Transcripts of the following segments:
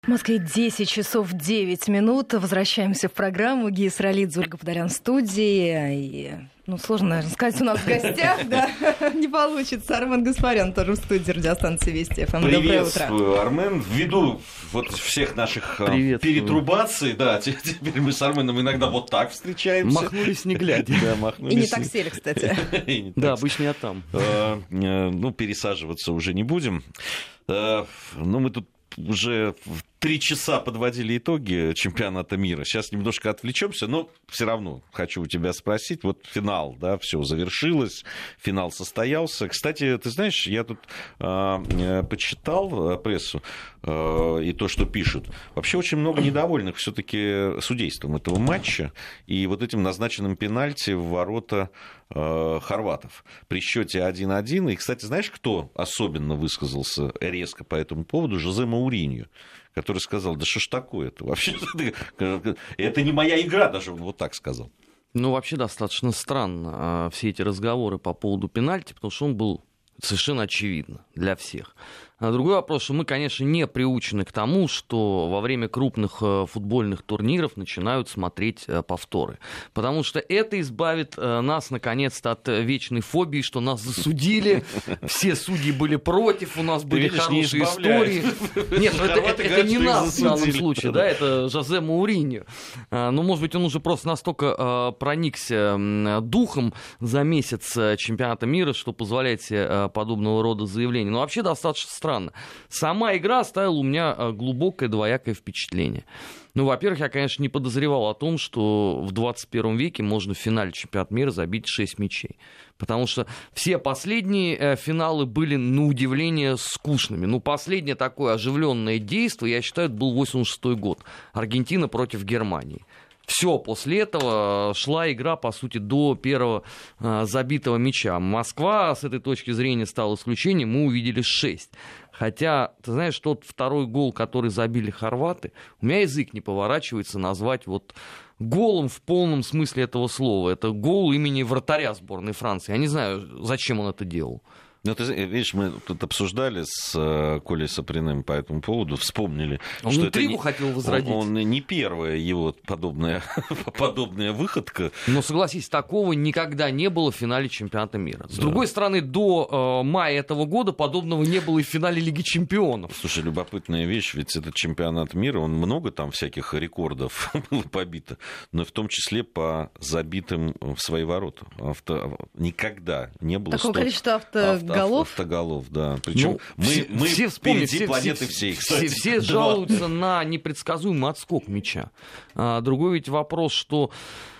В Москве 10 часов 9 минут. Возвращаемся в программу. Гия Саралидзе, Ольга Подолян в студии. И, сложно, наверное, сказать, у нас в гостях, да? Не получится. Армен Гаспарян тоже в студии радиостанции Вести ФМ. Доброе утро. Приветствую, Армен. Ввиду вот всех наших перетрубаций, да, теперь мы с Арменом иногда вот так встречаемся. Махнулись не глядя. Да, махнулись. И не так сели, кстати. Да, обычно я там. Пересаживаться уже не будем. Мы тут уже 3 часа подводили итоги чемпионата мира. Сейчас немножко отвлечемся, но все равно хочу у тебя спросить. Вот финал, да, все завершилось, финал состоялся. Кстати, ты знаешь, я тут почитал прессу и то, что пишут. Вообще очень много недовольных все-таки судейством этого матча и вот этим назначенным пенальти в ворота хорватов при счете 1-1. И, кстати, знаешь, кто особенно высказался резко по этому поводу? Жозе Мауриньо, который сказал: да что ж такое-то вообще? Это не моя игра, даже он вот так сказал. Вообще достаточно странно все эти разговоры по поводу пенальти, потому что он был совершенно очевидно для всех. А другой вопрос, что мы, конечно, не приучены к тому, что во время крупных футбольных турниров начинают смотреть повторы. Потому что это избавит нас, наконец-то, от вечной фобии, что нас засудили, все судьи были против, у нас были хорошие истории. Нет, это не нас в данном случае, да, это Жозе Мауриньо. Может быть, он уже просто настолько проникся духом за месяц чемпионата мира, что позволяет себе подобного рода заявления. Но вообще достаточно странно. Сама игра оставила у меня глубокое двоякое впечатление. Во-первых, я, конечно, не подозревал о том, что в 21 веке можно в финале чемпионата мира забить 6 мячей. Потому что все последние финалы были, на удивление, скучными. Последнее такое оживленное действие, я считаю, это был 86 год. Аргентина против Германии. Все, после этого шла игра, по сути, до первого забитого мяча. Москва с этой точки зрения стала исключением, мы увидели 6. Хотя, ты знаешь, тот второй гол, который забили хорваты, у меня язык не поворачивается назвать голом в полном смысле этого слова. Это гол имени вратаря сборной Франции. Я не знаю, зачем он это делал. Ты видишь, мы тут обсуждали с Колей Саприным по этому поводу, вспомнили, он что интригу хотел возродить. Он не первая его подобная выходка. Но согласись, такого никогда не было в финале чемпионата мира. С другой стороны, до мая этого года подобного не было и в финале Лиги чемпионов. Слушай, любопытная вещь, ведь этот чемпионат мира, он много там всяких рекордов было побито, но в том числе по забитым в свои ворота. Никогда не было такого количества автоголов, да. Причем мы все впереди планеты всей. Все жалуются на непредсказуемый отскок мяча. Другой ведь вопрос, что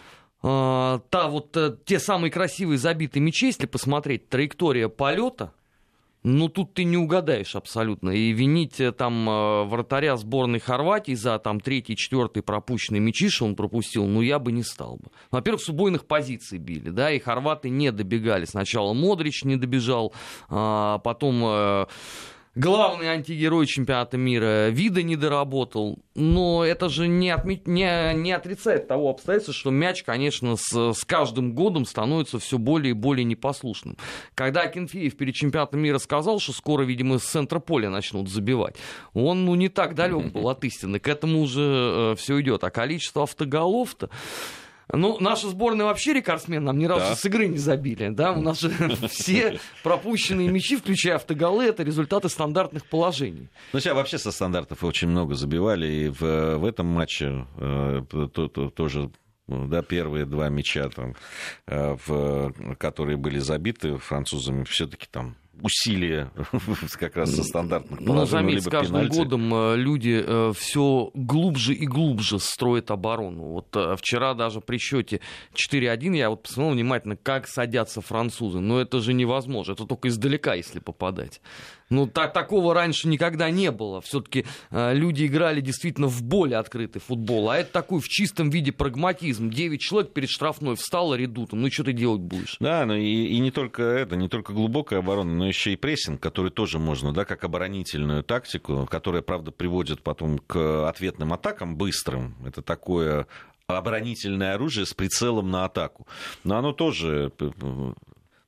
те самые красивые забитые мячи, если посмотреть, траектория полета, тут ты не угадаешь абсолютно. И винить там вратаря сборной Хорватии за там 3-й, 4-й пропущенные мячи, что он пропустил, я бы не стал бы. Во-первых, с убойных позиций били, да, и хорваты не добегали. Сначала Модрич не добежал, потом главный антигерой чемпионата мира Вида не доработал. Но это же не отрицает того обстоятельства, что мяч, конечно, с каждым годом становится все более и более непослушным. Когда Акинфеев перед чемпионатом мира сказал, что скоро, видимо, с центра поля начнут забивать, он не так далек был от истины. К этому уже все идет. А количество автоголов-то... наша сборная вообще рекордсмен, нам ни разу с игры не забили. Да? У нас же все пропущенные мячи, включая автоголы, это результаты стандартных положений. Сейчас вообще со стандартов очень много забивали, и в этом матче тоже... первые 2 мяча, которые были забиты французами, все-таки там усилия как раз со стандартных положений. Заметь, с каждым годом люди все глубже и глубже строят оборону. Вчера даже при счете 4-1 я посмотрел внимательно, как садятся французы. Это же невозможно. Это только издалека, если попадать. Такого раньше никогда не было. Все-таки люди играли действительно в более открытый футбол. А это такой в чистом виде прагматизм. 9 человек перед штрафной встало редутом. Что ты делать будешь? Да, и не только глубокая оборона, но еще и прессинг, который тоже можно, да, как оборонительную тактику, которая, правда, приводит потом к ответным атакам быстрым. Это такое оборонительное оружие с прицелом на атаку. Но оно тоже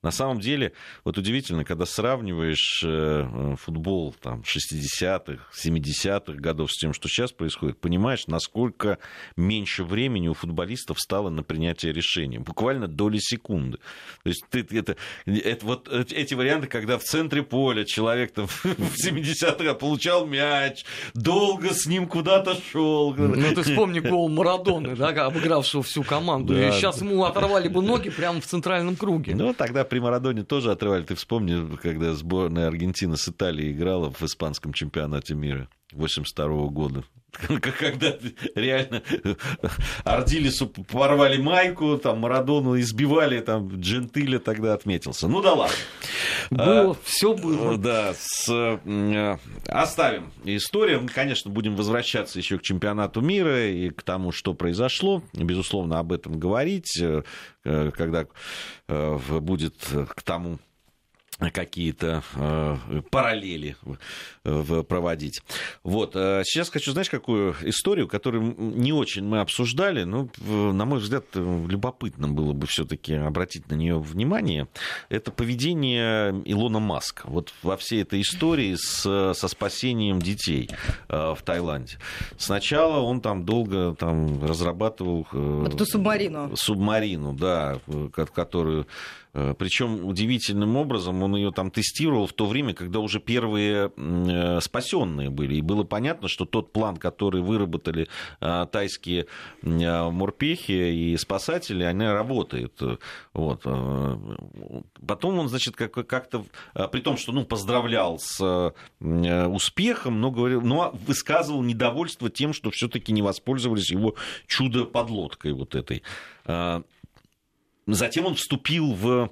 На самом деле, вот удивительно, когда сравниваешь футбол там, 60-х, 70-х годов с тем, что сейчас происходит, понимаешь, насколько меньше времени у футболистов стало на принятие решений. Буквально доли секунды. То есть вот эти варианты, когда в центре поля человек там, в 70-х получал мяч, долго с ним куда-то шел. Ну, ты вспомни гол Марадоны, да, обыгравшего всю команду. Да, и сейчас ему оторвали бы ноги прямо в центральном круге. Ну, тогда при Марадоне тоже отрывали. Ты вспомни, когда сборная Аргентины с Италией играла в испанском чемпионате мира 1982 года. Когда реально Ардилису порвали майку, там Марадону избивали, там Джентиле тогда отметился. Ну да ладно. Все было. Да, оставим историю. Мы, конечно, будем возвращаться еще к чемпионату мира и к тому, что произошло. Безусловно, об этом говорить, когда будет к тому какие-то параллели проводить. Вот. Сейчас хочу, знаешь, какую историю, которую не очень мы обсуждали, но, на мой взгляд, любопытно было бы все-таки обратить на нее внимание. Это поведение Илона Маска. Вот во всей этой истории со спасением детей в Таиланде. Сначала он там долго разрабатывал... Вот эту субмарину. Субмарину, да, которую... Причем удивительным образом он ее там тестировал в то время, когда уже первые спасенные были. И было понятно, что тот план, который выработали тайские морпехи и спасатели, они работают. Вот. Потом он, значит, как-то, при том, что поздравлял с успехом, но высказывал недовольство тем, что все-таки не воспользовались его чудо-подлодкой вот этой. Затем он вступил в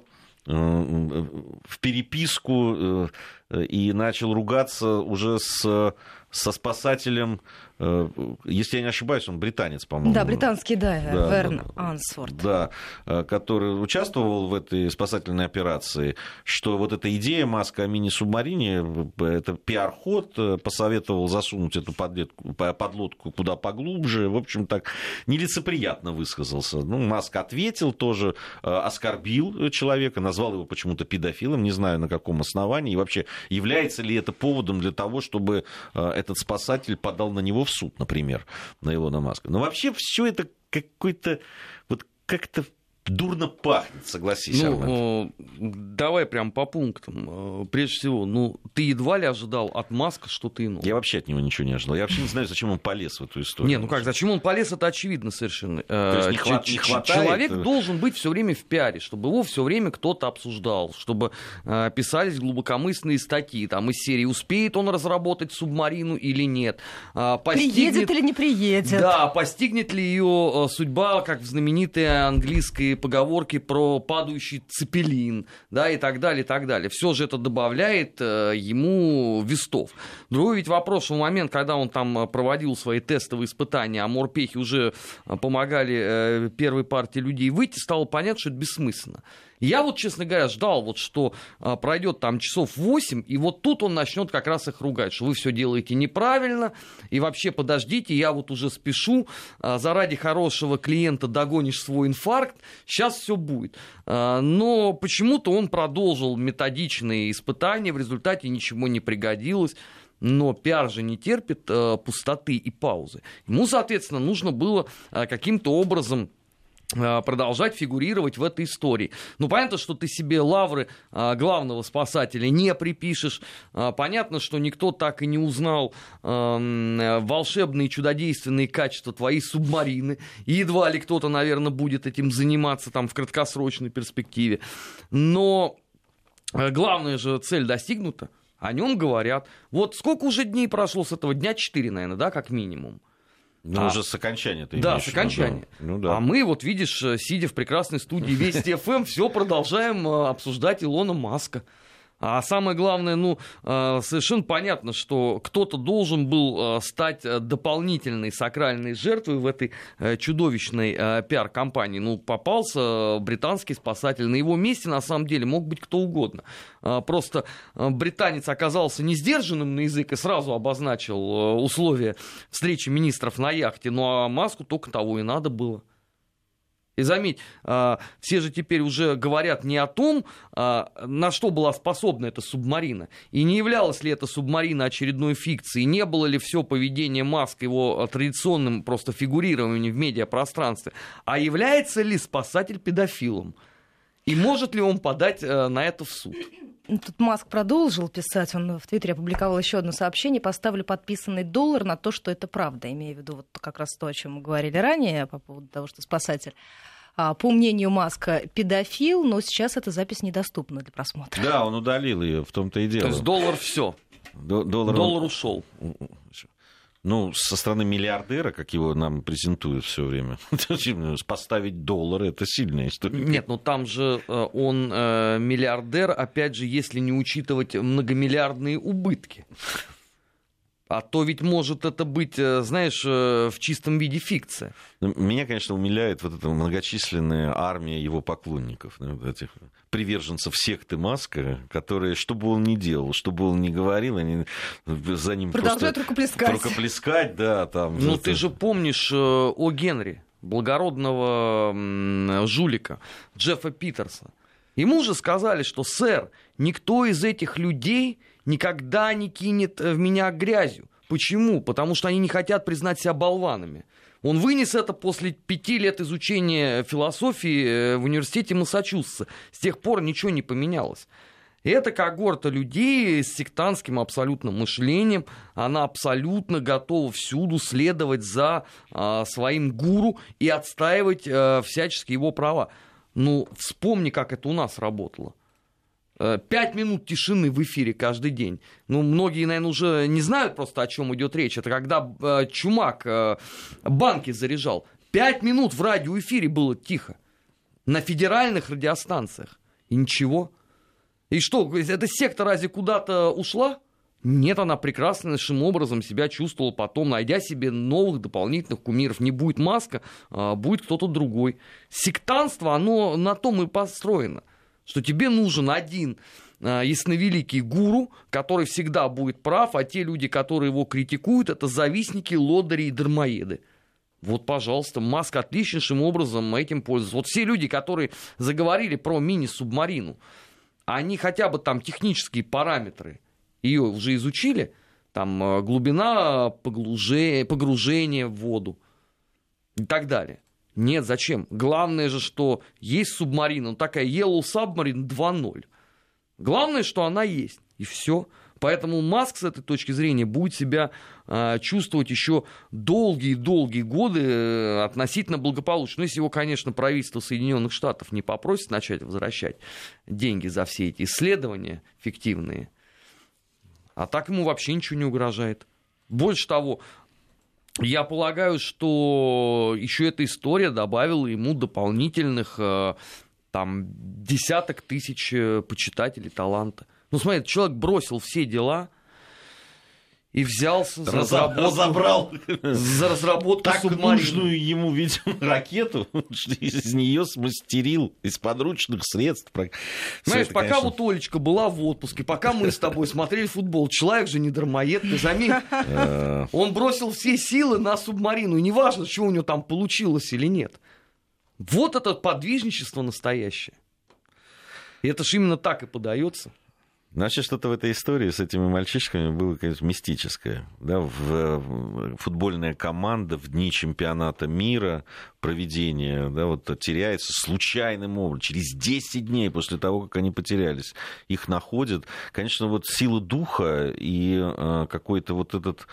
переписку и начал ругаться уже со спасателем, если я не ошибаюсь, он британец, по-моему. Да, британский дайвер, да, Верн Ансворт. Да, который участвовал в этой спасательной операции, что вот эта идея Маска о мини-субмарине, это пиар-ход, посоветовал засунуть эту подлодку куда поглубже, в общем, так нелицеприятно высказался. Маск ответил, тоже оскорбил человека, назвал его почему-то педофилом, не знаю на каком основании, и вообще является ли это поводом для того, чтобы этот спасатель подал на него в суд, например, на Илона Маска. Но вообще все это какой-то, вот как-то дурно пахнет, согласись, Армен. Давай прям по пунктам. Прежде всего, ты едва ли ожидал от Маска что-то иное. Я вообще от него ничего не ожидал. Я вообще не знаю, зачем он полез в эту историю. Зачем он полез, это очевидно совершенно. То есть не хватает... Человек должен быть все время в пиаре, чтобы его все время кто-то обсуждал, чтобы писались глубокомысленные статьи, там, из серии «Успеет он разработать субмарину или нет?», приедет или не приедет. Да, постигнет ли ее судьба, как в знаменитой английской поговорки про падающий цепелин, да, и так далее, и так далее. Все же это добавляет ему вестов. Другой ведь вопрос, что в момент, когда он там проводил свои тестовые испытания, а морпехи уже помогали первой партии людей выйти, стало понятно, что это бессмысленно. Я вот, честно говоря, ждал, что пройдет там часов 8, и вот тут он начнет как раз их ругать, что вы все делаете неправильно, и вообще подождите, я вот уже спешу, заради хорошего клиента догонишь свой инфаркт, сейчас все будет. Но почему-то он продолжил методичные испытания, в результате ничего не пригодилось. Но пиар же не терпит пустоты и паузы. Ему, соответственно, нужно было каким-то образом продолжать фигурировать в этой истории. Понятно, что ты себе лавры главного спасателя не припишешь. Понятно, что никто так и не узнал волшебные чудодейственные качества твоей субмарины. И едва ли кто-то, наверное, будет этим заниматься там в краткосрочной перспективе. Но главная же цель достигнута. О нем говорят. Вот сколько уже дней прошло с этого? Дня 4, наверное, да, как минимум. Уже с окончания ты имеешь. Да, с окончания. Да. А мы, вот видишь, сидя в прекрасной студии Вести ФМ, все продолжаем обсуждать Илона Маска. А самое главное, совершенно понятно, что кто-то должен был стать дополнительной сакральной жертвой в этой чудовищной пиар-компании. Попался британский спасатель. На его месте, на самом деле, мог быть кто угодно. Просто британец оказался не сдержанным на язык и сразу обозначил условия встречи министров на яхте. А Маску только того и надо было. И заметь, все же теперь уже говорят не о том, на что была способна эта субмарина, и не являлась ли эта субмарина очередной фикцией, не было ли все поведение Маска его традиционным просто фигурированием в медиапространстве, а является ли спасатель педофилом, и может ли он подать на это в суд. Тут Маск продолжил писать, он в Твиттере опубликовал еще одно сообщение: поставлю подписанный $1 на то, что это правда, имея в виду вот как раз то, о чем мы говорили ранее по поводу того, что спасатель, по мнению Маска, педофил, но сейчас эта запись недоступна для просмотра. Да, он удалил ее, в том-то и дело. То есть доллар все. Доллар ушел. Ну, со стороны миллиардера, как его нам презентуют все время, поставить $1 — это сильная история. Нет, ну там же он миллиардер, опять же, если не учитывать многомиллиардные убытки. А то ведь может это быть, знаешь, в чистом виде фикция. Меня, конечно, умиляет вот эта многочисленная армия его поклонников, этих приверженцев секты Маска, которые, что бы он ни делал, что бы он ни говорил, они за ним продолжают рукоплескать. Да, там. Ну, ты же помнишь О. Генри, благородного жулика Джеффа Питерса. Ему же сказали, что, сэр, никто из этих людей никогда не кинет в меня грязью. Почему? Потому что они не хотят признать себя болванами. Он вынес это после 5 лет изучения философии в университете Массачусетса. С тех пор ничего не поменялось. Эта когорта людей с сектантским абсолютным мышлением, она абсолютно готова всюду следовать за своим гуру и отстаивать всячески его права. Ну, вспомни, как это у нас работало. 5 минут тишины в эфире каждый день. Ну, многие, наверное, уже не знают просто, о чем идет речь. Это когда Чумак банки заряжал. 5 минут в радиоэфире было тихо. На федеральных радиостанциях. И ничего. И что, эта секта разве куда-то ушла? Нет, она прекраснейшим образом себя чувствовала потом, найдя себе новых дополнительных кумиров. Не будет Маска, будет кто-то другой. Сектантство, оно на том и построено, что тебе нужен один ясновеликий гуру, который всегда будет прав, а те люди, которые его критикуют, это завистники, лодыри и дармоеды. Вот, пожалуйста, Маск отличнейшим образом этим пользуется. Вот все люди, которые заговорили про мини-субмарину, они хотя бы там технические параметры ее уже изучили, там глубина погружения в воду и так далее. Нет, зачем? Главное же, что есть субмарина, такая Yellow Submarine 2.0. Главное, что она есть, и все. Поэтому Маск с этой точки зрения будет себя чувствовать еще долгие-долгие годы относительно благополучно. Ну, если его, конечно, правительство Соединенных Штатов не попросит начать возвращать деньги за все эти исследования фиктивные. А так ему вообще ничего не угрожает. Больше того, я полагаю, что еще эта история добавила ему дополнительных там, десяток тысяч почитателей таланта. Ну, смотри, человек бросил все дела и взялся за разработку так субмарины. Нужную ему, видимо, ракету, из нее смастерил из подручных средств. Знаешь, пока конечно... вот Олечка была в отпуске, пока мы с тобой смотрели футбол, человек же не дармоед, ты заметь. Он бросил все силы на субмарину, и неважно, что у него там получилось или нет. Вот это подвижничество настоящее. И это же именно так и подается. Вообще что-то в этой истории с этими мальчишками было, конечно, мистическое. Да, футбольная команда в дни чемпионата мира, проведение, да, вот, теряется случайным образом. Через 10 дней после того, как они потерялись, их находят. Конечно, вот сила духа и какой-то вот этот,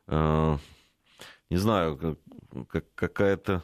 не знаю, какая-то...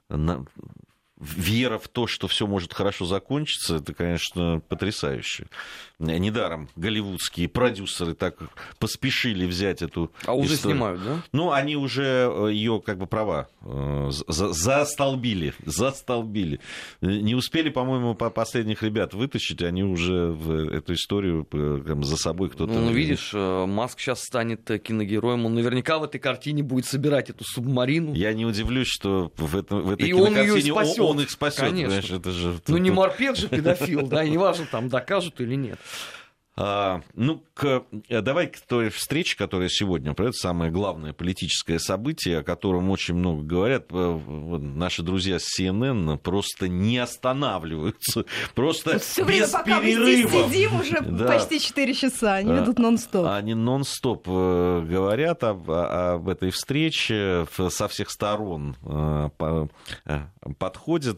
Вера в то, что все может хорошо закончиться, это, конечно, потрясающе. Недаром голливудские продюсеры так поспешили взять эту уже историю. Снимают, да? Ну, они уже ее как бы права застолбили. Не успели, по-моему, последних ребят вытащить, они уже в эту историю за собой кто-то... Ну, видишь, Маск сейчас станет киногероем, он наверняка в этой картине будет собирать эту субмарину. Я не удивлюсь, что в этой и он кинокартине ее спасет. Он их спасет, конечно. Это же... Ну, не морпех же педофил, да, неважно, там докажут или нет. Давай к той встрече, которая сегодня, это самое главное политическое событие, о котором очень много говорят. Наши друзья с CNN просто не останавливаются, просто все без время, пока перерывов. Мы здесь сидим уже почти 4 часа, они ведут нон-стоп. Они нон-стоп говорят об этой встрече, со всех сторон подходят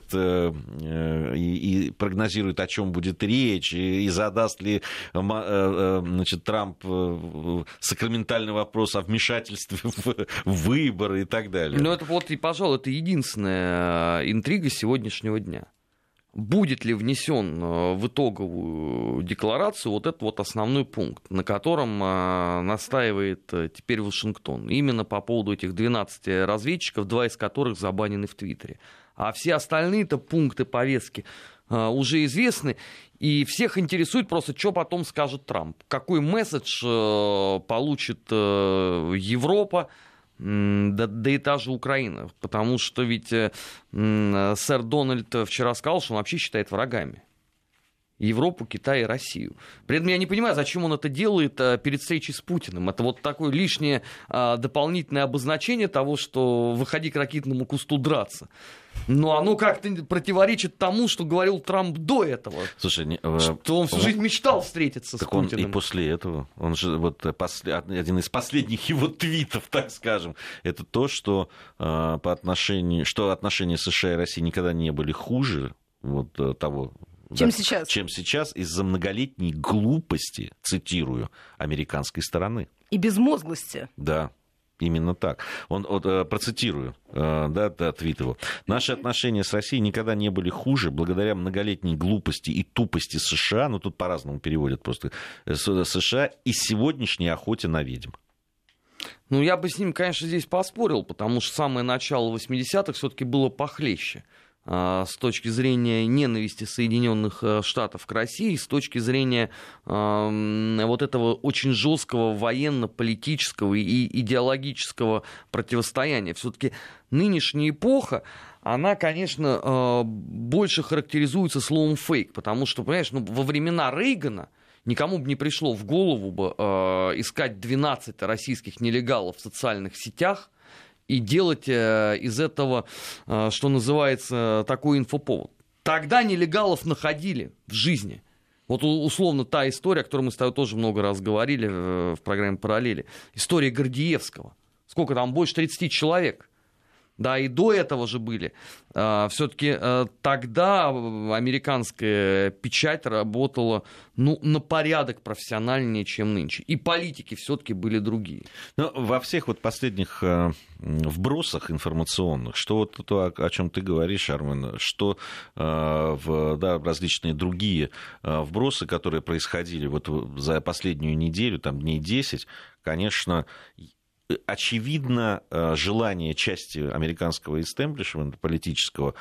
и прогнозируют, о чем будет речь, и задаст ли Трамп сакраментальный вопрос о вмешательстве в выборы и так далее. Ну, это вот, и, пожалуй, это единственная интрига сегодняшнего дня. Будет ли внесен в итоговую декларацию вот этот вот основной пункт, на котором настаивает теперь Вашингтон, именно по поводу этих 12 разведчиков, 2 из которых забанены в Твиттере. А все остальные-то пункты повестки уже известны, и всех интересует просто, что потом скажет Трамп, какой месседж получит Европа, да и та же Украина, потому что ведь сэр Дональд вчера сказал, что он вообще считает врагами Европу, Китай и Россию. При этом я не понимаю, зачем он это делает перед встречей с Путиным. Это вот такое лишнее дополнительное обозначение того, что выходи к ракетному кусту драться. Но оно как-то противоречит тому, что говорил Трамп до этого. Слушай, что он всю жизнь мечтал встретиться с Путиным. И после этого, он же один из последних его твитов, так скажем, это то, что отношения США и России никогда не были хуже того, чем сейчас. Чем сейчас, из-за многолетней глупости, цитирую, американской стороны. И безмозглости. Да. Именно так. Процитирую, твит его. Наши отношения с Россией никогда не были хуже благодаря многолетней глупости и тупости США, тут по-разному переводят просто, США и сегодняшней охоте на ведьм. Я бы с ним, конечно, здесь поспорил, потому что самое начало 80-х все-таки было похлеще. С точки зрения ненависти Соединенных Штатов к России, с точки зрения вот этого очень жесткого военно-политического и идеологического противостояния. Все-таки нынешняя эпоха, она, конечно, больше характеризуется словом «фейк», потому что, понимаешь, во времена Рейгана никому бы не пришло в голову бы искать 12 российских нелегалов в социальных сетях, и делать из этого, что называется, такой инфоповод. Тогда нелегалов находили в жизни. Вот условно та история, о которой мы с тобой тоже много раз говорили в программе «Параллели». История Гордеевского. Сколько там? Больше 30 человек. Да, и до этого же были. Все-таки тогда американская печать работала на порядок профессиональнее, чем нынче. И политики все-таки были другие. Во всех последних вбросах информационных, что то, о чем ты говоришь, Армен, что различные другие вбросы, которые происходили за последнюю неделю, дней 10, конечно, очевидно желание части американского истеблишмента политического,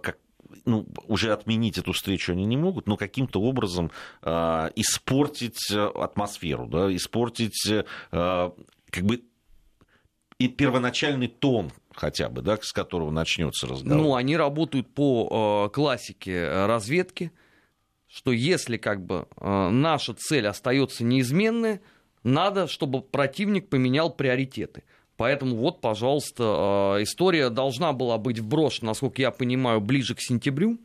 уже отменить эту встречу они не могут, но каким-то образом испортить атмосферу, испортить и первоначальный тон хотя бы, с которого начнется разговор. Они работают по классике разведки, что если наша цель остается неизменной, надо, чтобы противник поменял приоритеты. Поэтому пожалуйста, история должна была быть вброшена, насколько я понимаю, ближе к сентябрю.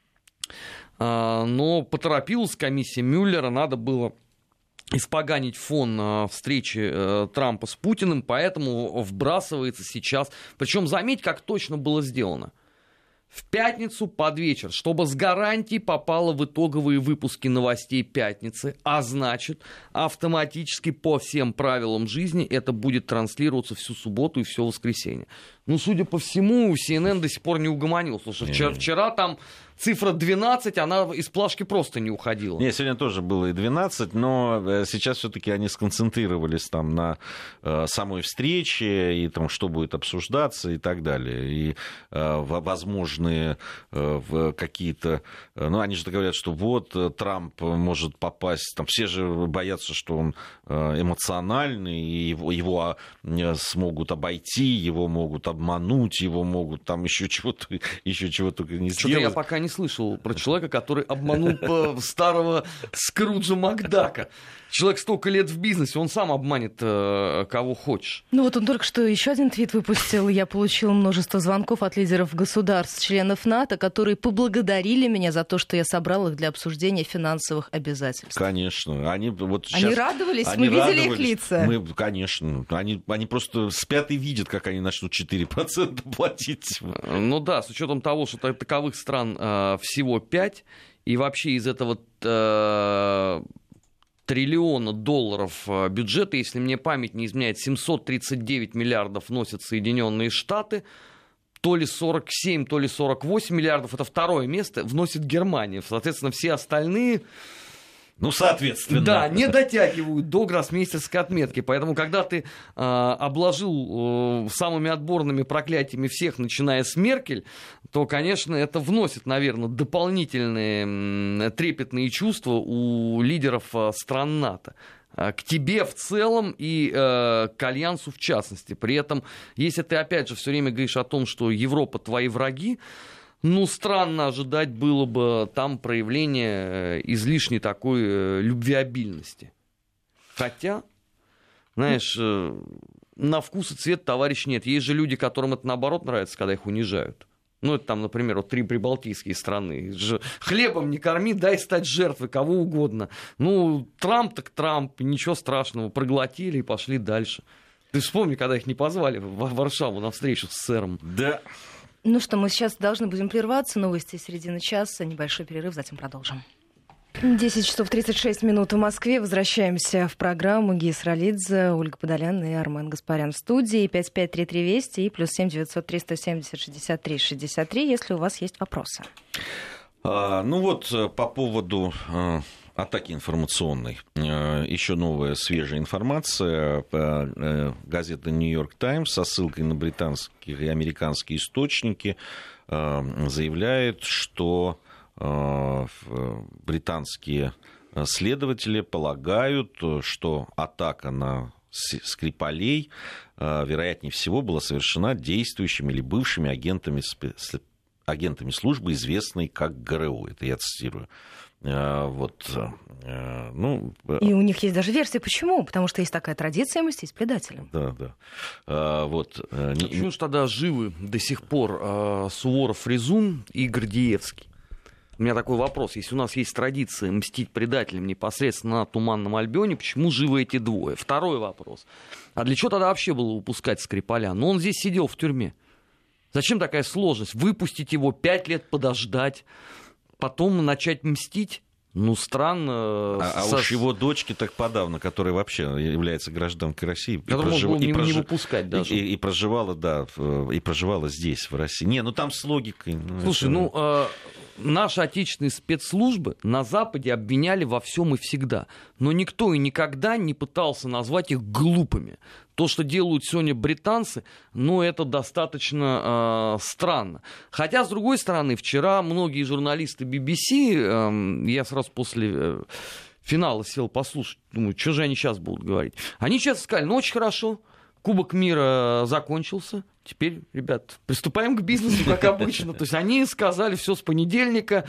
Но поторопилась комиссия Мюллера, надо было испоганить фон встречи Трампа с Путиным, поэтому вбрасывается сейчас. Причем заметь, как точно было сделано. В пятницу под вечер, чтобы с гарантией попало в итоговые выпуски новостей пятницы, а значит, автоматически по всем правилам жизни это будет транслироваться всю субботу и все воскресенье. Судя по всему, CNN до сих пор не угомонился. Слушай, вчера там цифра 12, она из плашки просто не уходила. Нет, сегодня тоже было и 12, но сейчас все-таки они сконцентрировались на самой встрече, и что будет обсуждаться и так далее. И возможные какие-то... они же говорят, что Трамп может попасть... Все же боятся, что он эмоциональный, и его смогут обойти, его могут обмануть, его могут еще чего-то не сделать. Что-то я пока не не слышал про человека, который обманул старого Скруджа Макдака. Человек столько лет в бизнесе, он сам обманет кого хочешь. Ну вот он только что еще один твит выпустил. Я получил множество звонков от лидеров государств, членов НАТО, которые поблагодарили меня за то, что я собрал их для обсуждения финансовых обязательств. Конечно. Они радовались, мы видели их лица. Конечно. Они просто спят и видят, как они начнут 4% платить. Ну да, с учетом того, что таковых стран всего 5, и вообще из этого триллиона долларов бюджета, если мне память не изменяет, 739 миллиардов носят Соединенные Штаты, то ли 47, то ли 48 миллиардов, это второе место, вносит Германия. Соответственно, все остальные... Ну, соответственно. Да, не дотягивают до гроссмейстерской отметки. Поэтому, когда ты обложил самыми отборными проклятиями всех, начиная с Меркель, то, конечно, это вносит, наверное, дополнительные трепетные чувства у лидеров стран НАТО. К тебе в целом и к Альянсу в частности. При этом, если ты, опять же, все время говоришь о том, что Европа твои враги, ну, странно ожидать было бы там проявление излишней такой любвеобильности. Хотя, знаешь, на вкус и цвет, товарищ, нет. Есть же люди, которым это наоборот нравится, когда их унижают. Ну, это там, например, вот 3 прибалтийские страны. Хлебом не корми, дай стать жертвой кого угодно. Ну, Трамп так Трамп, ничего страшного, проглотили и пошли дальше. Ты вспомни, когда их не позвали в Варшаву на встречу с сэром. Да. Ну что, мы сейчас должны будем прерваться. Новости середины часа, небольшой перерыв, затем продолжим. 10 часов 36 минут в Москве. Возвращаемся в программу. Гия Саралидзе, Ольга Подолян и Армен Гаспарян в студии. 553320 и +7 900 370 63 63, если у вас есть вопросы. Ну вот, по поводу атаки информационной. Еще новая свежая информация. Газета «Нью-Йорк Таймс» со ссылкой на британские и американские источники заявляет, что британские следователи полагают, что атака на Скрипалей, вероятнее всего, была совершена действующими или бывшими агентами службы, известной как ГРУ. Это я цитирую. Вот, ну, и у них есть даже версия, почему? Потому что есть такая традиция мстить предателям. Да. Вот. Почему же тогда живы до сих пор Суворов-Резун и Гордеевский? У меня такой вопрос. Если у нас есть традиция мстить предателям непосредственно на Туманном Альбионе, почему живы эти двое? Второй вопрос. А для чего тогда вообще было выпускать Скрипаля? Ну, он здесь сидел в тюрьме. Зачем такая сложность? Выпустить его, 5 лет подождать, потом начать мстить? Ну, странно. Уж его дочки так подавно, которая вообще является гражданкой России. Которую можно было не выпускать даже. И проживала, да, и проживала здесь, в России. Не, ну там с логикой. Слушай, наши отечественные спецслужбы на Западе обвиняли во всем и всегда. Но никто и никогда не пытался назвать их глупыми. То, что делают сегодня британцы, ну, это достаточно странно. Хотя, с другой стороны, вчера многие журналисты BBC, я сразу после финала сел послушать, думаю, что же они сейчас будут говорить. Они сейчас сказали, ну, очень хорошо, Кубок мира закончился, теперь, ребят, приступаем к бизнесу, как обычно. То есть они сказали, все с понедельника,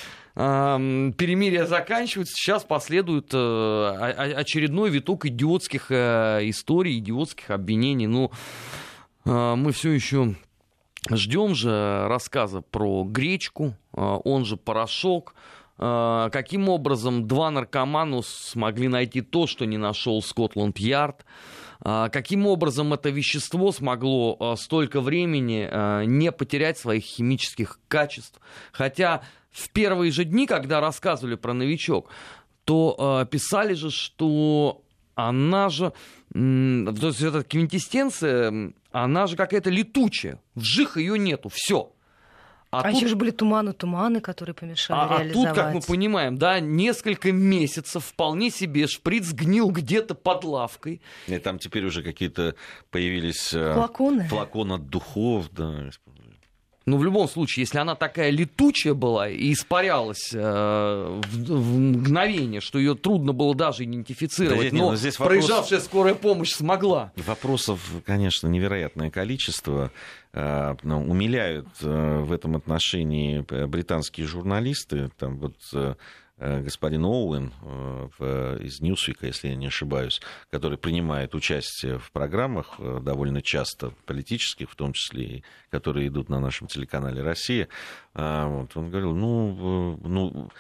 перемирие заканчивается, сейчас последует очередной виток идиотских историй, идиотских обвинений. Ну, мы все еще ждем же рассказа про гречку, он же порошок. Каким образом 2 наркомана смогли найти то, что не нашел Скотланд-Ярд? Каким образом это вещество смогло столько времени не потерять своих химических качеств? Хотя в первые же дни, когда рассказывали про «Новичок», то писали же, что она же, то есть эта квинтэссенция, она же какая-то летучая, вжих ее нету, все. А еще же были туманы, которые помешали реализовать. А тут, как мы понимаем, да, несколько месяцев вполне себе шприц гнил где-то под лавкой. И там теперь уже какие-то появились флаконы от духов, да. Ну, в любом случае, если она такая летучая была и испарялась в мгновение, что ее трудно было даже идентифицировать, но здесь проезжавшая скорая помощь смогла. Вопросов, конечно, невероятное количество. Умиляют в этом отношении британские журналисты. Там вот господин Оуэн из Ньюсвика, если я не ошибаюсь, который принимает участие в программах довольно часто, политических в том числе, и которые идут на нашем телеканале «Россия», вот, он говорил,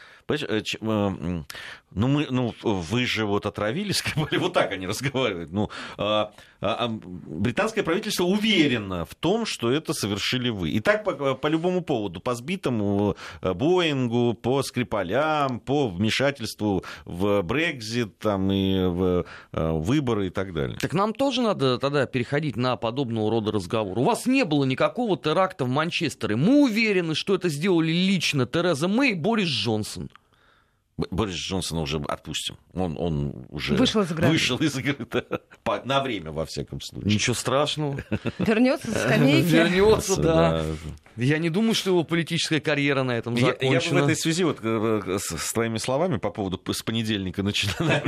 вы же вот отравились, вот так они разговаривают. Британское правительство уверено в том, что это совершили вы. И так по любому поводу, по сбитому Боингу, по Скрипалям, по вмешательству в Брексит, там, и в выборы и так далее. Так нам тоже надо тогда переходить на подобного рода разговор. У вас не было никакого теракта в Манчестере. Мы уверены, что это сделали лично Тереза Мэй и Борис Джонсон. Борис Джонсона уже отпустим. Он уже вышел из игры. Да, на время, во всяком случае. Ничего страшного. Вернется со скамейки. Вернется, да. Я не думаю, что его политическая карьера на этом закончена. Я бы в этой связи вот с твоими словами по поводу с понедельника начинаем.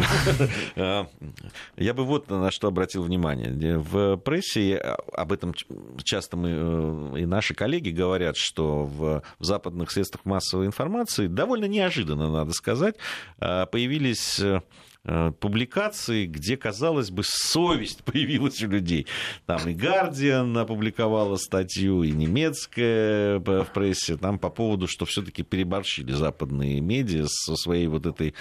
Я бы вот на что обратил внимание. В прессе об этом часто мы и наши коллеги говорят, что в западных средствах массовой информации довольно неожиданно, надо сказать, появились публикации, где, казалось бы, совесть появилась у людей. Там и «Гардиан» опубликовала статью, и немецкая в прессе, там по поводу, что все-таки переборщили западные медиа со своей вот этой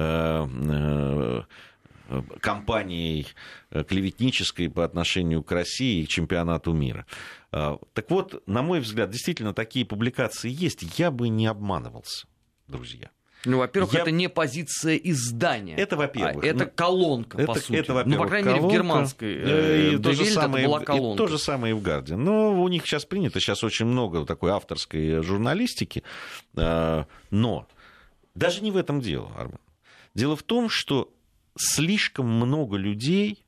кампанией клеветнической по отношению к России и к чемпионату мира. Так вот, на мой взгляд, действительно такие публикации есть. Я бы не обманывался, друзья. Ну, во-первых, это не позиция издания. Это, во-первых. Это колонка, по сути. Это, ну, по крайней мере, в германской то же самое, это была колонка. И то же самое и в «Гардиан». Но у них сейчас принято, сейчас очень много такой авторской журналистики. Но даже не в этом дело, Армен. Дело в том, что слишком много людей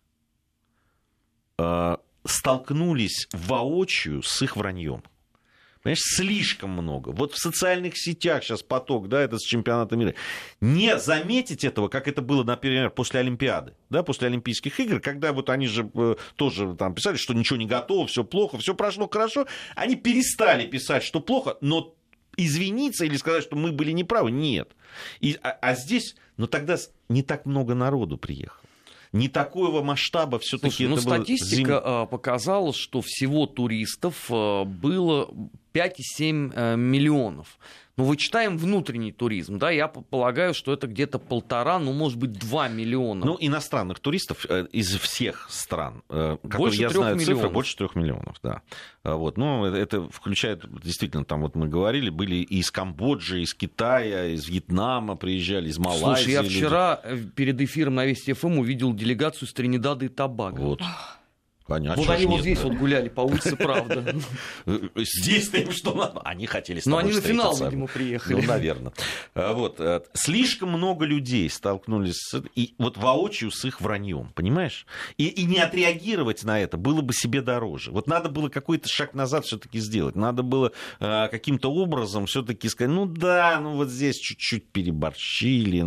столкнулись воочию с их враньем. Понимаешь, слишком много. Вот в социальных сетях сейчас поток, да, это с чемпионата мира. Не заметить этого, как это было, например, после Олимпиады, да, после Олимпийских игр, когда вот они же тоже там писали, что ничего не готово, все плохо, все прошло хорошо. Они перестали писать, что плохо, но извиниться или сказать, что мы были неправы, нет. А здесь, тогда не так много народу приехало. Не такого масштаба все-таки это было. Статистика показала, что всего туристов было 5,7 миллионов. Но вычитаем внутренний туризм, да, я полагаю, что это где-то 1,5, может быть, 2 миллиона. Ну, иностранных туристов из всех стран, которые я знаю цифры, больше 3 миллионов, да. Вот. Ну, это включает, действительно, там вот мы говорили, были и из Камбоджи, из Китая, из Вьетнама приезжали, из Малайзии. Слушай, я вчера перед эфиром на Вести ФМ увидел делегацию с Тринидада и Тобаго. Вот. Понятно, вот они вот здесь вот гуляли по улице, правда. Здесь-то им что надо? Они хотели с тобой встретиться. Но они на финал, видимо, приехали. Ну, наверное. Вот. Слишком много людей столкнулись и вот воочию с их враньем, понимаешь? И не отреагировать на это было бы себе дороже. Вот надо было какой-то шаг назад все-таки сделать. Надо было каким-то образом все-таки сказать, вот здесь чуть-чуть переборщили,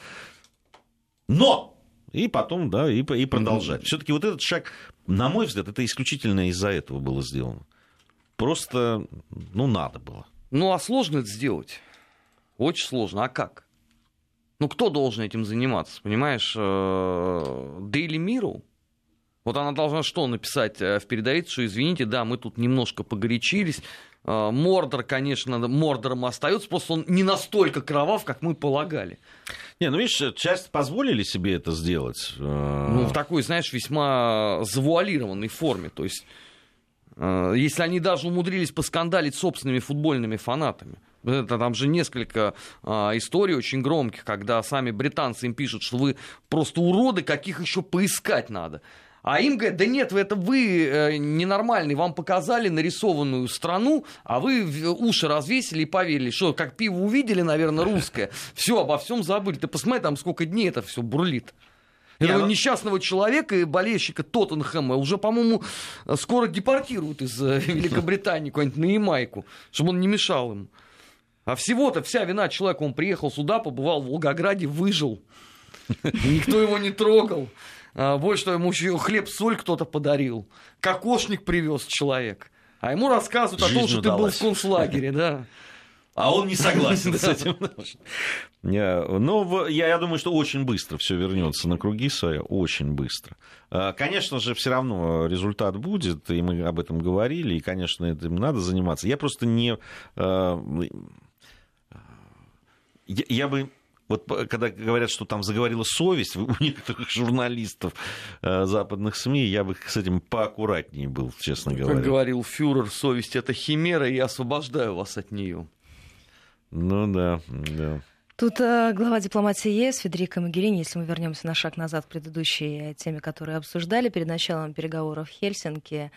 Но! И потом, да, и продолжать. Все-таки вот этот шаг, на мой взгляд, это исключительно из-за этого было сделано. Просто, надо было. А сложно это сделать? Очень сложно. А как? Кто должен этим заниматься? Понимаешь, Daily Mirror? Вот она должна что написать в передовице, что, извините, да, мы тут немножко погорячились. Мордор, конечно, Мордором остается, просто он не настолько кровав, как мы полагали. Видишь, часть позволили себе это сделать. В такой, знаешь, весьма завуалированной форме. То есть, если они даже умудрились поскандалить собственными футбольными фанатами. Там же несколько историй очень громких, когда сами британцы им пишут, что вы просто уроды, каких еще поискать надо. А им говорят, да нет, вы ненормальный, вам показали нарисованную страну, а вы уши развесили и поверили, что как пиво увидели, наверное, русское, все, обо всем забыли. Ты посмотри, там сколько дней это все бурлит. Этого несчастного человека и болельщика Тоттенхэма уже, по-моему, скоро депортируют из Великобритании куда-нибудь на Ямайку, чтобы он не мешал им. А всего-то вся вина человека, он приехал сюда, побывал в Волгограде, выжил. Никто его не трогал. Больше того, ему еще хлеб-соль кто-то подарил. Кокошник привез человек. А ему рассказывают о том, что ты был в концлагере, да. А он не согласен с этим. Но я думаю, что очень быстро все вернется на круги свои, очень быстро. Конечно же, все равно результат будет, и мы об этом говорили, и, конечно, этим надо заниматься. Я просто не... Я бы... Вот когда говорят, что там заговорила совесть у некоторых журналистов западных СМИ, я бы с этим поаккуратнее был, честно говоря. Как говорил фюрер, совесть — это химера, и я освобождаю вас от нее. Ну да, да. Тут глава дипломатии ЕС Федерико Могерини, если мы вернемся на шаг назад к предыдущей теме, которую обсуждали перед началом переговоров в Хельсинки,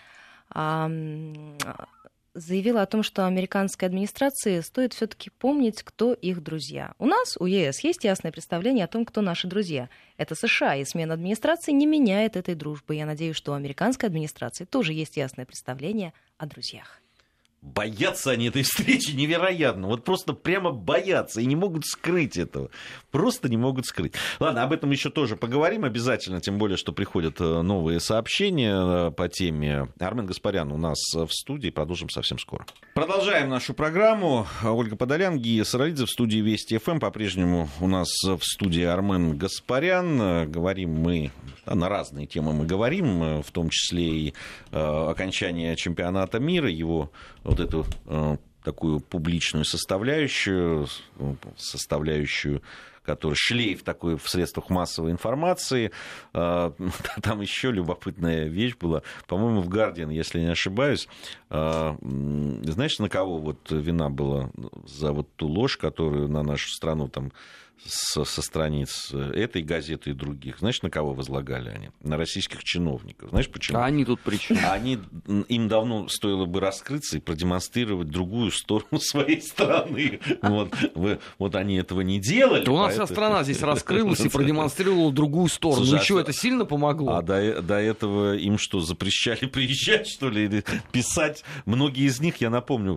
заявила о том, что американской администрации стоит все-таки помнить, кто их друзья. У нас, у ЕС, есть ясное представление о том, кто наши друзья. Это США, и смена администрации не меняет этой дружбы. Я надеюсь, что у американской администрации тоже есть ясное представление о друзьях. Боятся они этой встречи невероятно. Вот просто прямо боятся и не могут скрыть этого. Просто не могут скрыть. Ладно, об этом еще тоже поговорим обязательно, тем более, что приходят новые сообщения по теме. Армен Гаспарян у нас в студии. Продолжим совсем скоро. Продолжаем нашу программу. Ольга Подолян, Гия Саралидзе в студии Вести ФМ. По-прежнему у нас в студии Армен Гаспарян. Говорим мы на разные темы, мы говорим, в том числе и окончание чемпионата мира, его вот эту такую публичную составляющую, который шлейф такой в средствах массовой информации. Там еще любопытная вещь была. По-моему, в «Гардиан», если не ошибаюсь. Знаешь, на кого вот вина была за вот ту ложь, которую на нашу страну там со страниц этой газеты и других. Знаешь, на кого возлагали они? На российских чиновников. Знаешь, почему? А они тут при чем? Им давно стоило бы раскрыться и продемонстрировать другую сторону своей страны. Вот они этого не делали. У нас вся страна здесь раскрылась и продемонстрировала другую сторону. Ну что, это сильно помогло? А до этого им что, запрещали приезжать, что ли, или писать? Многие из них, я напомню,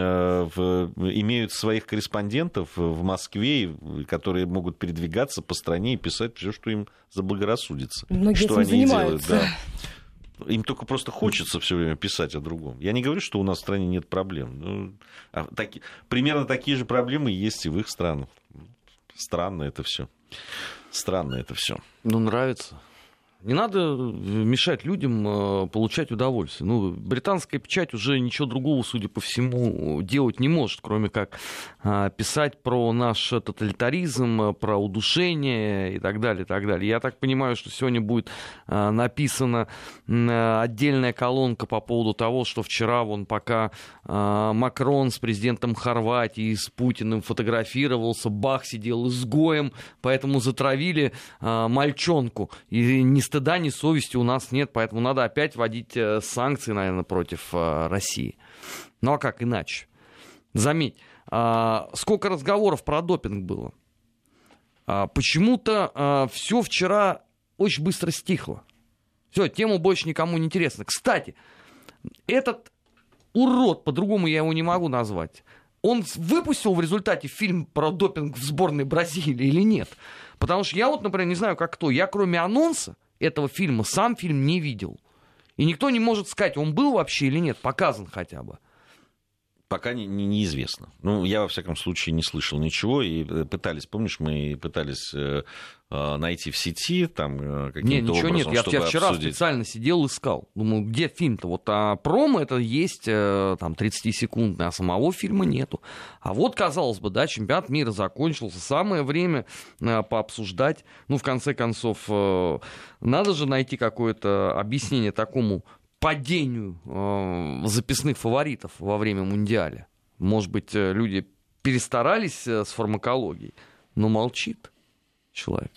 имеют своих корреспондентов в Москве, которые могут передвигаться по стране и писать все, что им заблагорассудится. Многие что этим они занимаются. Делают, да. Им только просто хочется все время писать о другом. Я не говорю, что у нас в стране нет проблем. Примерно такие же проблемы есть и в их странах. Странно это все. Странно это все. Ну, нравится. Не надо мешать людям получать удовольствие. Ну, британская печать уже ничего другого, судя по всему, делать не может, кроме как писать про наш тоталитаризм, про удушение и так далее, и так далее. Я так понимаю, что сегодня будет написана отдельная колонка по поводу того, что вчера, пока Макрон с президентом Хорватии, с Путиным фотографировался, Бах сидел изгоем, поэтому затравили мальчонку. И ни стыда, ни совести у нас нет, поэтому надо опять вводить санкции, наверное, против России. Ну а как иначе? Заметь, сколько разговоров про допинг было. Почему-то все вчера очень быстро стихло. Все, тему больше никому не интересна. Кстати, этот урод, по-другому я его не могу назвать, он выпустил в результате фильм про допинг в сборной Бразилии или нет? Потому что я например, не знаю, как кто, я кроме анонса этого фильма сам фильм не видел. И никто не может сказать, он был вообще или нет, показан хотя бы. Пока неизвестно. Ну, я, во всяком случае, не слышал ничего. И пытались, помнишь, мы пытались найти в сети там каким-то образом, нет, я вчера обсудить. Специально сидел, искал. Думаю, где фильм-то? А промо это есть там 30-секундный, а самого фильма нету. А казалось бы, чемпионат мира закончился. Самое время пообсуждать. Ну, в конце концов, надо же найти какое-то объяснение такому падению записных фаворитов во время Мундиаля. Может быть, люди перестарались с фармакологией, но молчит человек.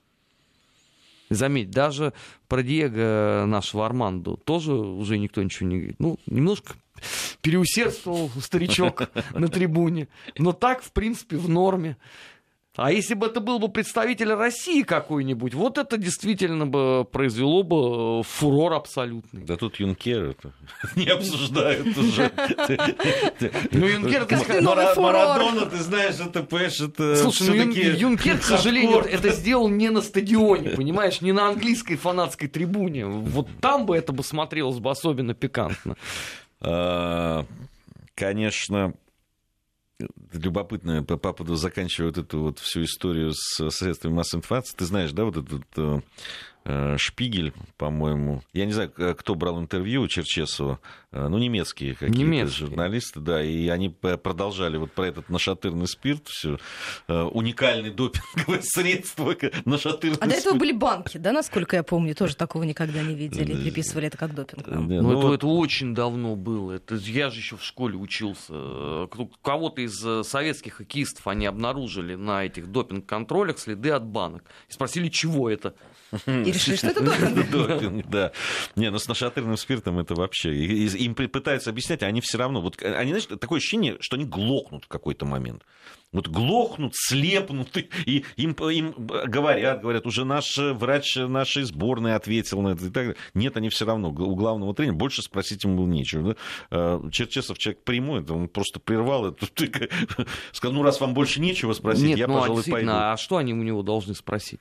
Заметь, даже про Диего нашего Армандо тоже уже никто ничего не говорит. Ну, немножко переусердствовал старичок на трибуне, но так, в принципе, в норме. А если бы это был бы представитель России какой-нибудь, вот это действительно бы произвело бы фурор абсолютный. Да тут Юнкер это не обсуждают уже. Ну, Юнкер, Марадона, ты знаешь, это, понимаешь, это... Слушай, ну Юнкер, к сожалению, это сделал не на стадионе, понимаешь, не на английской фанатской трибуне. Вот там бы это бы смотрелось бы особенно пикантно. Конечно... Любопытно, по поводу заканчивая вот эту вот всю историю с средствами массовой информации. Ты знаешь, да, вот этот Шпигель, по-моему, я не знаю, кто брал интервью у Черчесова, ну, немецкие какие-то журналисты, да, и они продолжали вот про этот нашатырный спирт, все уникальный допинговое средство, нашатырный спирт. А до этого были банки, да, насколько я помню, тоже такого никогда не видели, приписывали это как допинг. Ну, это очень давно было, я же еще в школе учился, кого-то из советских хоккеистов они обнаружили на этих допинг-контролях следы от банок, и спросили, чего это. И решили, что это допинг. Да. Не, ну с нашатырным спиртом это вообще... Им пытаются объяснять, а они все равно... Вот они, знаешь, такое ощущение, что они глохнут в какой-то момент. Вот глохнут, слепнут, и им говорят, уже наш врач нашей сборной ответил на это и так далее. Нет, они все равно. У главного тренера больше спросить им было нечего. Да? Черчесов человек прямой, он просто прервал это. Сказал, ну раз вам больше нечего спросить, нет, я, пожалуй, пойду. А что они у него должны спросить?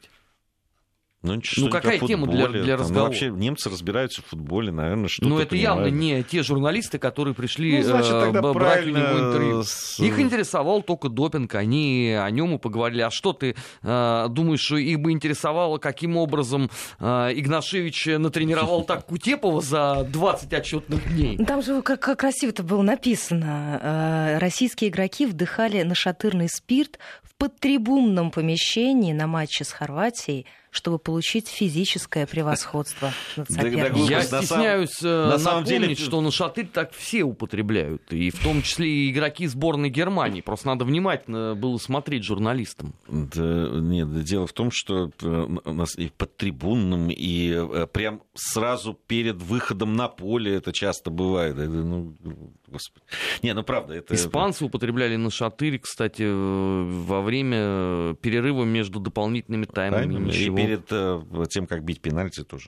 Ну какая тема для разговора? Вообще немцы разбираются в футболе, наверное, что-то Ну, это понимают. Явно не те журналисты, которые пришли брать у него интервью. Их интересовал только допинг, они о нем и поговорили. А что ты думаешь, что их бы интересовало, каким образом Игнашевич натренировал так Кутепова за 20 отчетных дней? Там же как красиво-то было написано. Российские игроки вдыхали нашатырный спирт в подтрибунном помещении на матче с Хорватией, чтобы получить физическое превосходство над соперником. Я стесняюсь напомнить, что нашатырь так все употребляют, и в том числе и игроки сборной Германии. Просто надо внимательно было смотреть журналистам. Нет, дело в том, что у нас и под трибунным, и прям сразу перед выходом на поле это часто бывает. Ну, господи. Не, ну правда, это... Испанцы употребляли нашатырь, кстати, во время перерыва между дополнительными таймами. Ничего. Перед тем, как бить пенальти тоже.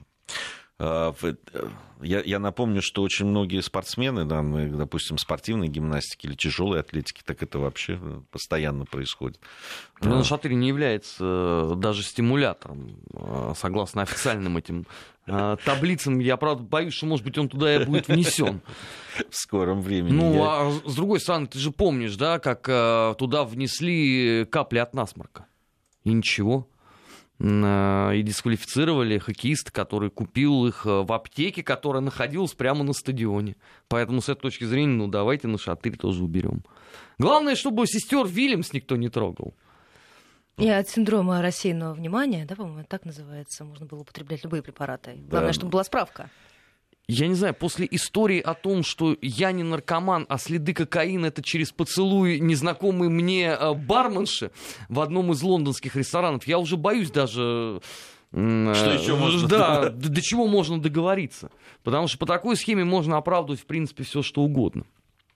Я напомню, что очень многие спортсмены, да, допустим, спортивной гимнастики или тяжелой атлетики, так это вообще постоянно происходит. Но нашатырь не является даже стимулятором, согласно официальным этим таблицам. Я, правда, боюсь, что, может быть, он туда и будет внесен. В скором времени. Ну, а с другой стороны, ты же помнишь, да, как туда внесли капли от насморка. И ничего. И дисквалифицировали хоккеиста, который купил их в аптеке, которая находилась прямо на стадионе. Поэтому с этой точки зрения, ну давайте нашатырь тоже уберем. Главное, чтобы сестер Вильямс никто не трогал. И от синдрома рассеянного внимания, да, по-моему, так называется, можно было употреблять любые препараты. Главное, чтобы была справка. Я не знаю, после истории о том, что я не наркоман, а следы кокаина — это через поцелуй незнакомой мне барменши в одном из лондонских ресторанов, я уже боюсь даже... Что еще можно? Да, до чего можно договориться. Потому что по такой схеме можно оправдывать, в принципе, все что угодно.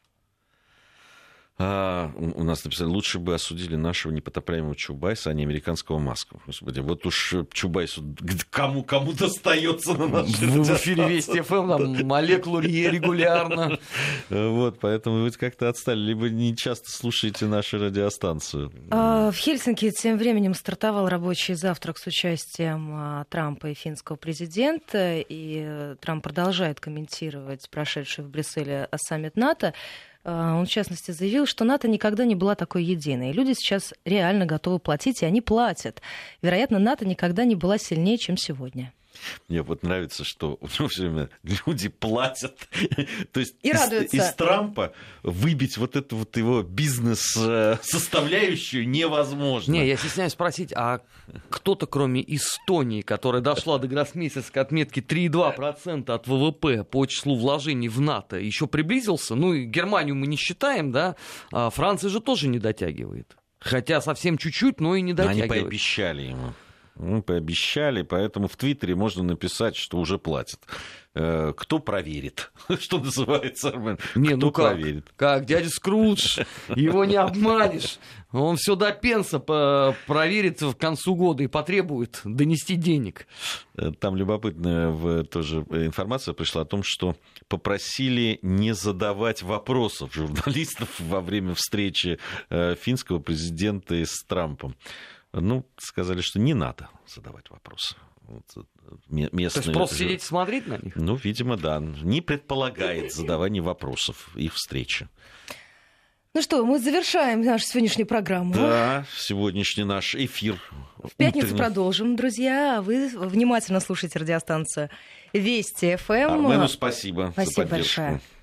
У нас написали, лучше бы осудили нашего непотопляемого Чубайса, а не американского Маскова. Господи, вот уж Чубайсу кому достается на нашей радиостанции. В эфире Вести ФМ, там Олег Лурье регулярно. Вот, поэтому вы как-то отстали, либо не часто слушаете нашу радиостанцию. В Хельсинки тем временем стартовал рабочий завтрак с участием Трампа и финского президента, и Трамп продолжает комментировать прошедший в Брюсселе саммит НАТО. Он, в частности, заявил, что НАТО никогда не была такой единой. Люди сейчас реально готовы платить, и они платят. Вероятно, НАТО никогда не была сильнее, чем сегодня. Мне вот нравится, что у него все время люди платят. То есть и радуются. Из Трампа выбить вот эту вот его бизнес-составляющую невозможно. Не, я стесняюсь спросить, а кто-то, кроме Эстонии, которая дошла до гроссмейстерской отметки 3,2% от ВВП по числу вложений в НАТО, еще приблизился? Ну, и Германию мы не считаем, да? А Франция же тоже не дотягивает. Хотя совсем чуть-чуть, но и не дотягивает. Они пообещали ему. Пообещали, поэтому в Твиттере можно написать, что уже платят. кто проверит, что называется, Армен? Не, Кто ну как? проверит? Как? Дядя Скрудж, его не обманешь. Он все до пенса проверит в концу года и потребует донести денег. Там любопытная тоже информация пришла о том, что попросили не задавать вопросов журналистов во время встречи финского президента с Трампом. Ну, сказали, что не надо задавать вопросы. Местные... То есть просто сидеть и смотреть на них? Ну, видимо, да. Не предполагает задавание вопросов их встречи. Ну что, мы завершаем нашу сегодняшнюю программу. Да, сегодняшний наш эфир. В пятницу продолжим, друзья. Вы внимательно слушайте радиостанцию Вести ФМ. Армену спасибо за поддержку. Большое.